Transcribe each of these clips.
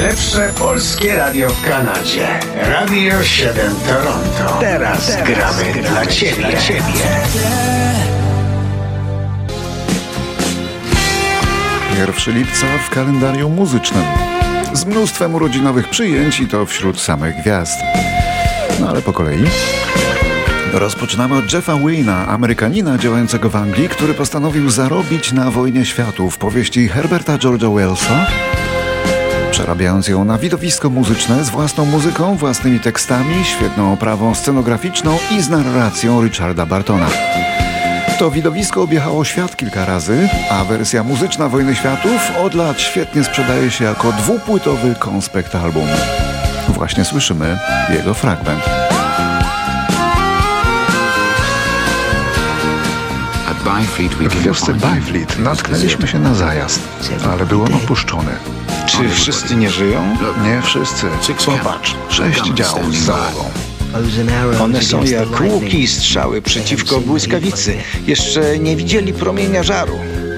Najlepsze polskie radio w Kanadzie. Radio 7 Toronto. Teraz gramy dla Ciebie. 1 lipca w kalendarium muzycznym. Z mnóstwem urodzinowych przyjęć i to wśród samych gwiazd. No ale po kolei. Rozpoczynamy od Jeffa Wayne'a, Amerykanina działającego w Anglii, który postanowił zarobić na wojnie światów powieści Herberta George'a Wellsa, przerabiając ją na widowisko muzyczne z własną muzyką, własnymi tekstami, świetną oprawą scenograficzną i z narracją Richarda Bartona. To widowisko objechało świat kilka razy, a wersja muzyczna Wojny Światów od lat świetnie sprzedaje się jako dwupłytowy konspekt album. Właśnie słyszymy jego fragment. W wiosce Byfleet natknęliśmy się na zajazd, ale był on opuszczony. Czy wszyscy nie żyją? Nie wszyscy. Popatrz, 6 działów z załogą. One są jak łuki i strzały przeciwko błyskawicy. Jeszcze nie widzieli promienia żaru.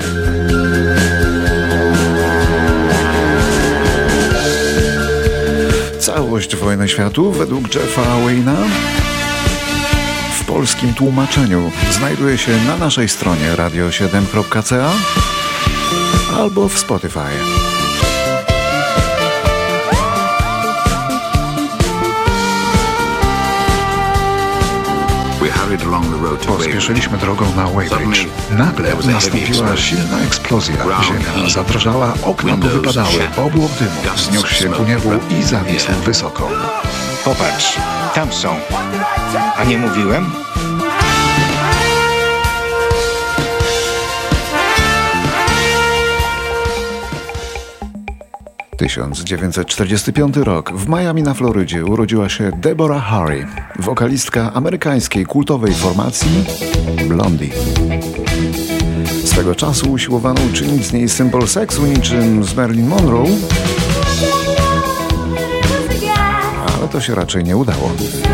Całość Wojny Światów według Jeffa Wayne'a w polskim tłumaczeniu znajduje się na naszej stronie radio7.ca albo w Spotify. Pospieszyliśmy drogą na Weybridge. Nagle nastąpiła silna eksplozja. Ziemia zadrżała, okna powypadały, obłok dymu wzniósł się ku niebu i zawisł wysoko. Popatrz, tam są. A nie mówiłem? W 1945 rok w Miami na Florydzie urodziła się Deborah Harry, wokalistka amerykańskiej kultowej formacji Blondie. Swego czasu usiłowano uczynić z niej symbol seksu niczym z Marilyn Monroe, ale to się raczej nie udało.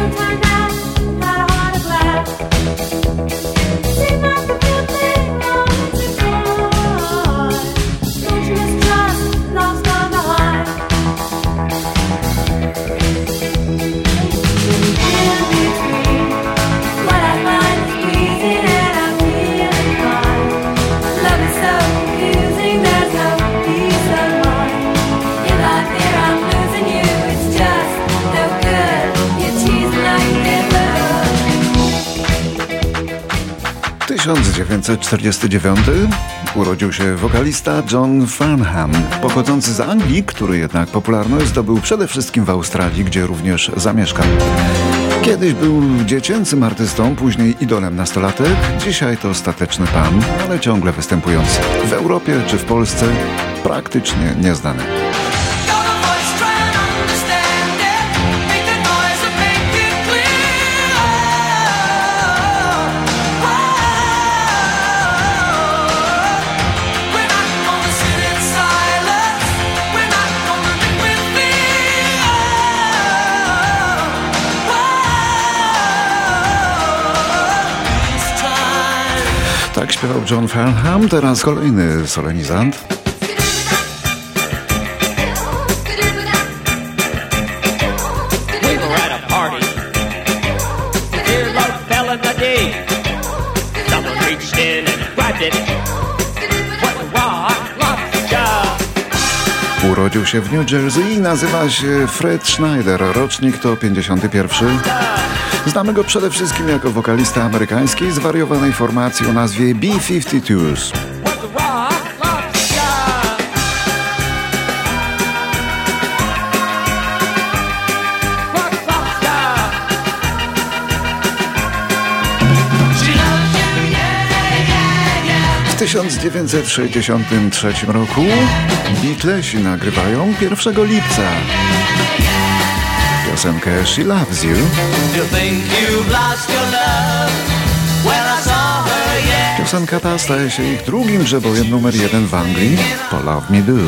W 1949 urodził się wokalista John Farnham, pochodzący z Anglii, który jednak popularność zdobył przede wszystkim w Australii, gdzie również zamieszkał. Kiedyś był dziecięcym artystą, później idolem nastolatek, dzisiaj to stateczny pan, ale ciągle występujący. W Europie czy w Polsce praktycznie nieznany. Tak śpiewał John Farnham, teraz kolejny solenizant. Urodził się w New Jersey i nazywa się Fred Schneider, rocznik to 51. Znamy go przede wszystkim jako wokalista amerykańskiej zwariowanej formacji o nazwie B-52s. W 1963 roku Beatlesi nagrywają 1 lipca piosenkę She Loves You. Piosenka ta staje się ich drugim grzebojem numer 1 w Anglii po Love Me Do.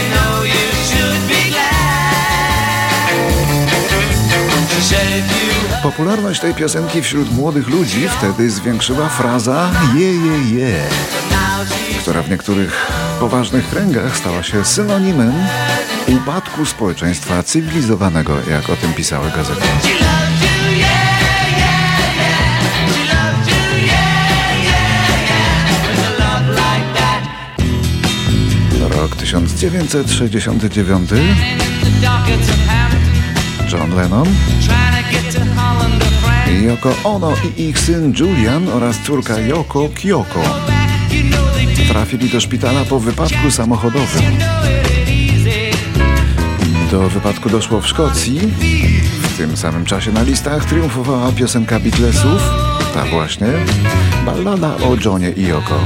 Said if you Popularność tej piosenki wśród młodych ludzi wtedy zwiększyła fraza je, która w niektórych poważnych kręgach stała się synonimem upadku społeczeństwa cywilizowanego, jak o tym pisały gazety. Rok 1969. John Lennon, Yoko Ono i ich syn Julian oraz córka Yoko Kyoko trafili do szpitala po wypadku samochodowym. Do wypadku doszło w Szkocji. W tym samym czasie na listach triumfowała piosenka Beatlesów, ta właśnie, ballada o Johnie i Yoko.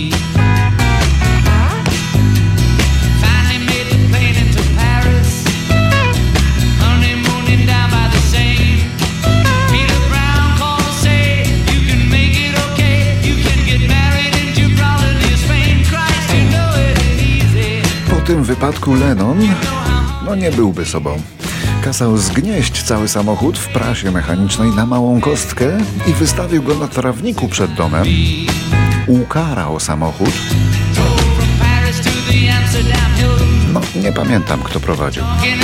Po tym wypadku Lennon nie byłby sobą. Kazał zgnieść cały samochód w prasie mechanicznej na małą kostkę i wystawił go na trawniku przed domem. Ukarał samochód. Nie pamiętam, kto prowadził.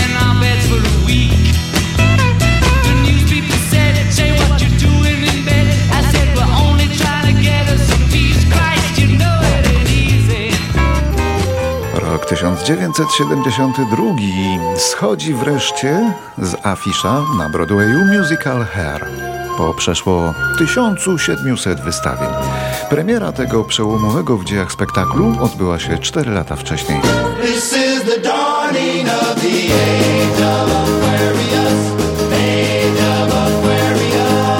Rok 1972. Schodzi wreszcie z afisza na Broadwayu musical Hair. Po przeszło 1700 wystawień. Premiera tego przełomowego w dziejach spektaklu odbyła się 4 lata wcześniej. This is the dawning of the age of Aquarius, age of Aquarius.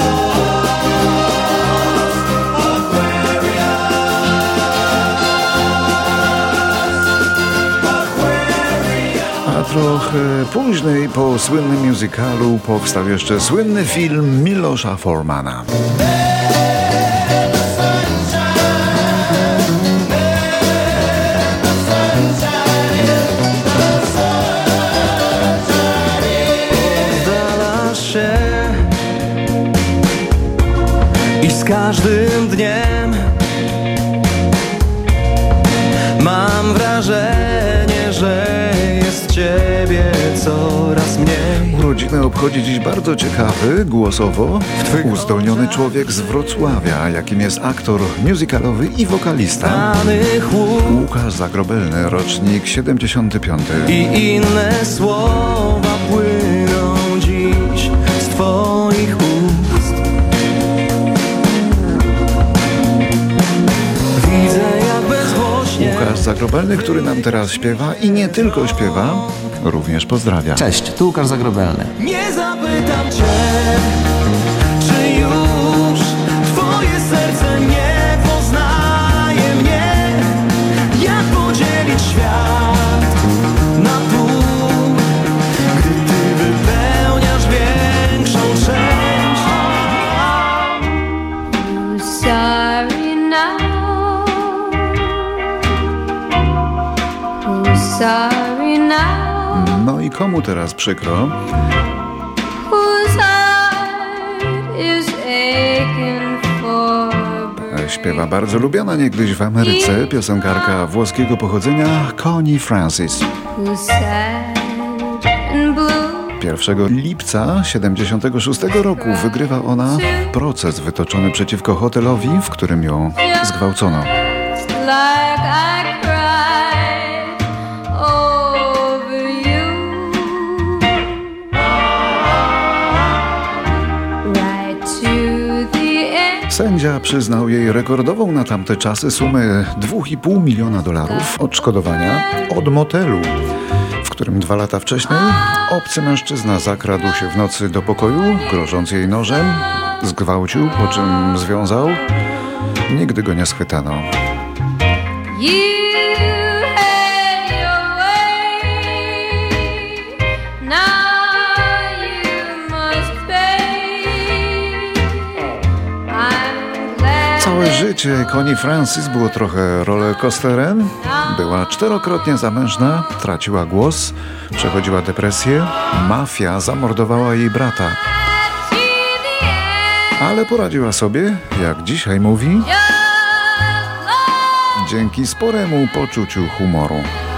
A trochę później po słynnym musicalu powstał jeszcze słynny film Milosza Formana. I z każdym dniem mam wrażenie, że jest ciebie coraz mniej. Urodziny obchodzi dziś bardzo ciekawy, głosowo uzdolniony człowiek z Wrocławia, jakim jest aktor musicalowy i wokalista Łukasz Zagrobelny, rocznik 75. I inne słowa płyną dziś z twoich ust. Widzę, jak bezgłośnie Łukasz Zagrobelny, który nam teraz śpiewa i nie tylko śpiewa, również pozdrawia. Cześć, tu Łukasz Zagrobelny. nie zapytam cię, czy już twoje serce nie poznaje mnie. Jak podzielić świat na pół, gdy ty wypełniasz większą część. Sorry now. Sorry now. No i komu teraz przykro? Whose heart is aching for Śpiewa bardzo lubiana niegdyś w Ameryce piosenkarka włoskiego pochodzenia Connie Francis. who's sad and blue. 1 lipca 76 roku wygrywa ona proces wytoczony przeciwko hotelowi, w którym ją zgwałcono. Like I cried over you. Right to the end. Sędzia przyznał jej rekordową na tamte czasy sumę $2,5 miliona odszkodowania od motelu, w którym 2 lata wcześniej obcy mężczyzna zakradł się w nocy do pokoju, grożąc jej nożem, zgwałcił, po czym związał. Nigdy go nie schwytano. You had your way. Now you must pay. I'm glad. Całe życie Connie Francis było trochę rollercoasterem. Była 4-krotnie zamężna, traciła głos, przechodziła depresję. Mafia zamordowała jej brata. To the Ale poradziła sobie, jak dzisiaj mówi, dzięki sporemu poczuciu humoru.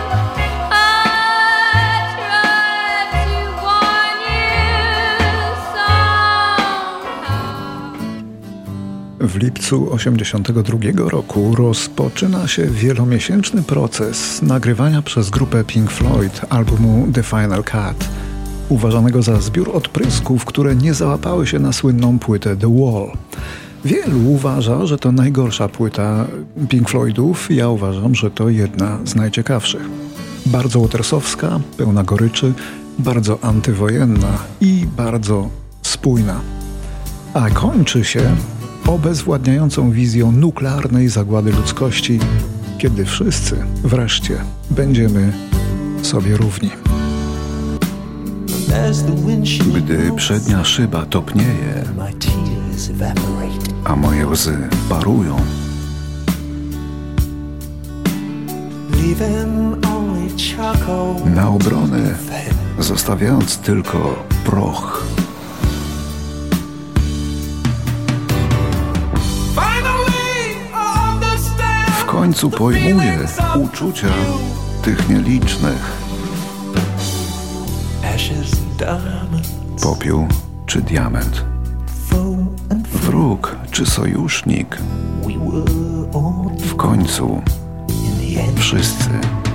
W lipcu 1982 roku rozpoczyna się wielomiesięczny proces nagrywania przez grupę Pink Floyd albumu The Final Cut, uważanego za zbiór odprysków, które nie załapały się na słynną płytę The Wall. Wielu uważa, że to najgorsza płyta Pink Floydów. Ja uważam, że to jedna z najciekawszych. Bardzo watersowska, pełna goryczy, bardzo antywojenna i bardzo spójna. A kończy się obezwładniającą wizją nuklearnej zagłady ludzkości, kiedy wszyscy wreszcie będziemy sobie równi. Gdy przednia szyba topnieje, a moje łzy parują, na obronę zostawiając tylko proch. W końcu pojmuję uczucia tych nielicznych. Popiół czy diament, wróg czy sojusznik, w końcu wszyscy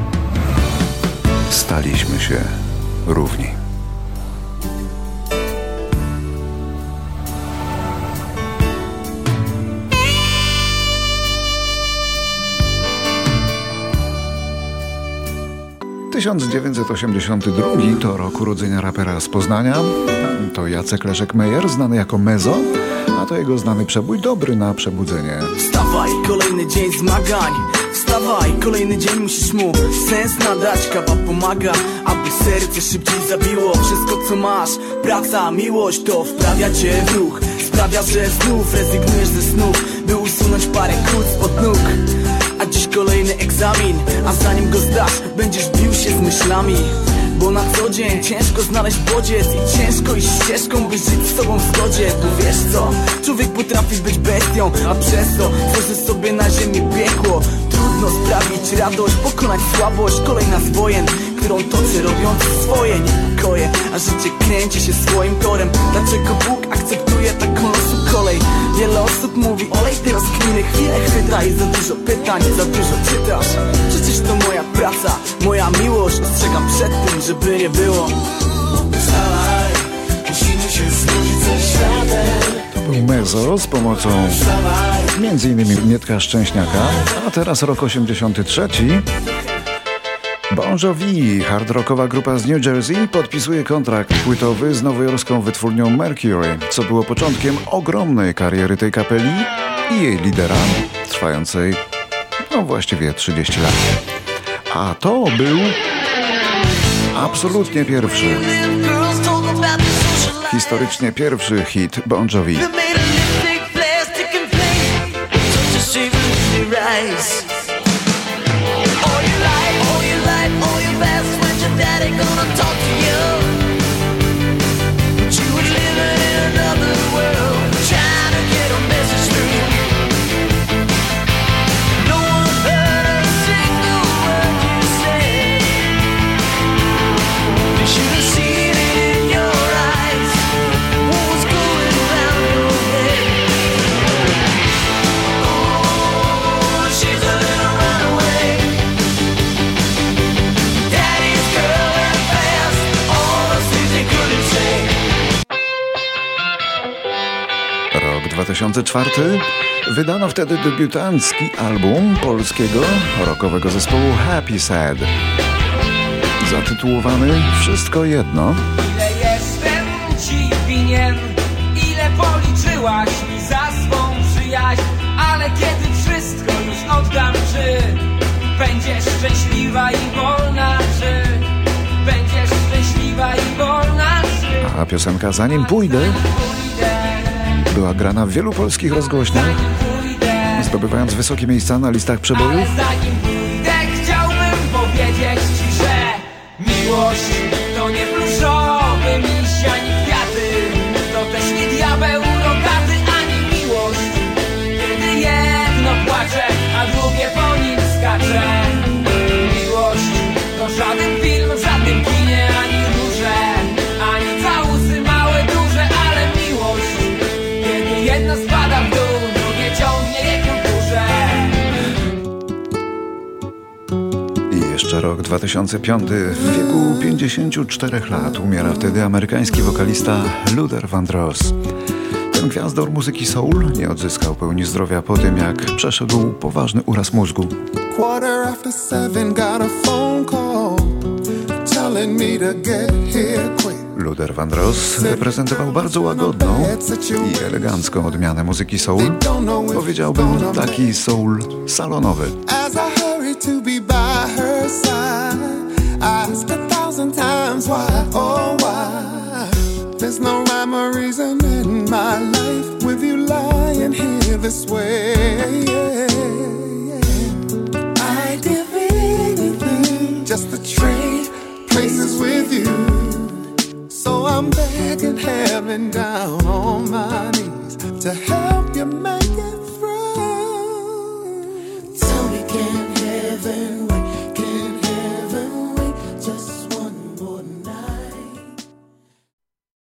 staliśmy się równi. W 1982 to rok urodzenia rapera z Poznania. To Jacek Leszek-Meyer, znany jako Mezo, a to jego znany przebój Dobry na przebudzenie. Wstawaj, kolejny dzień zmagań. Wstawaj, kolejny dzień musisz mu sens nadać. Kawa pomaga, aby serce szybciej zabiło. Wszystko co masz, praca, miłość, to wprawia cię w ruch. Sprawia, że znów rezygnujesz ze snów, by usunąć parę kłód spod nóg. A dziś kolejny egzamin, a zanim go zdasz, będziesz bił się z myślami. Bo na co dzień ciężko znaleźć bodziec i ciężko iść ścieżką, by żyć z sobą w zgodzie. Bo wiesz co, człowiek potrafi być bestią, a przez to tworzy sobie na ziemi piekło. Trudno sprawić radość, pokonać słabość. Kolejna z wojen, którą toczy robiąc swoje niepokoje. A życie kręci się swoim torem. Dlaczego Bóg akceptuje taką losu kolej? Wiele osób mówi, olej te rozkminy, chwilę chwyta i za dużo pytań, za dużo czytasz. Przecież to moja praca, moja miłość. Ostrzegam przed tym, żeby nie było. Wstawaj, musimy się zgodzić ze światem. To był Mezo z pomocą m.in. Mietka Szczęśniaka, a teraz rok 83. Bon Jovi, hard rockowa grupa z New Jersey, podpisuje kontrakt płytowy z nowojorską wytwórnią Mercury, co było początkiem ogromnej kariery tej kapeli i jej lidera, trwającej właściwie 30 lat. A to był absolutnie pierwszy, historycznie pierwszy hit Bon Jovi. Rok 2004. Wydano wtedy debiutancki album polskiego rockowego zespołu Happy Sad, zatytułowany Wszystko jedno. Ile jestem ci winien, ile policzyłaś mi za swą przyjaźń, ale kiedy wszystko już oddam, czy będziesz szczęśliwa i wolna, czy będziesz szczęśliwa i wolna, czy... A piosenka Zanim pójdę była grana w wielu polskich rozgłośniach, zdobywając wysokie miejsca na listach przebojów. Ale zanim pójdę, chciałbym powiedzieć ci, że miłość to nie pluszowy miś ani kwiaty, to też nie diabeł rogaty, ani 2005. W wieku 54 lat umiera wtedy amerykański wokalista Luther Vandross. Ten gwiazdor muzyki soul nie odzyskał pełni zdrowia po tym, jak przeszedł poważny uraz mózgu. Luther Vandross reprezentował bardzo łagodną i elegancką odmianę muzyki soul. Powiedziałbym taki soul salonowy. There's no rhyme or reason in my life with you lying here this way. I'd give anything just to trade places with you. So I'm begging heaven down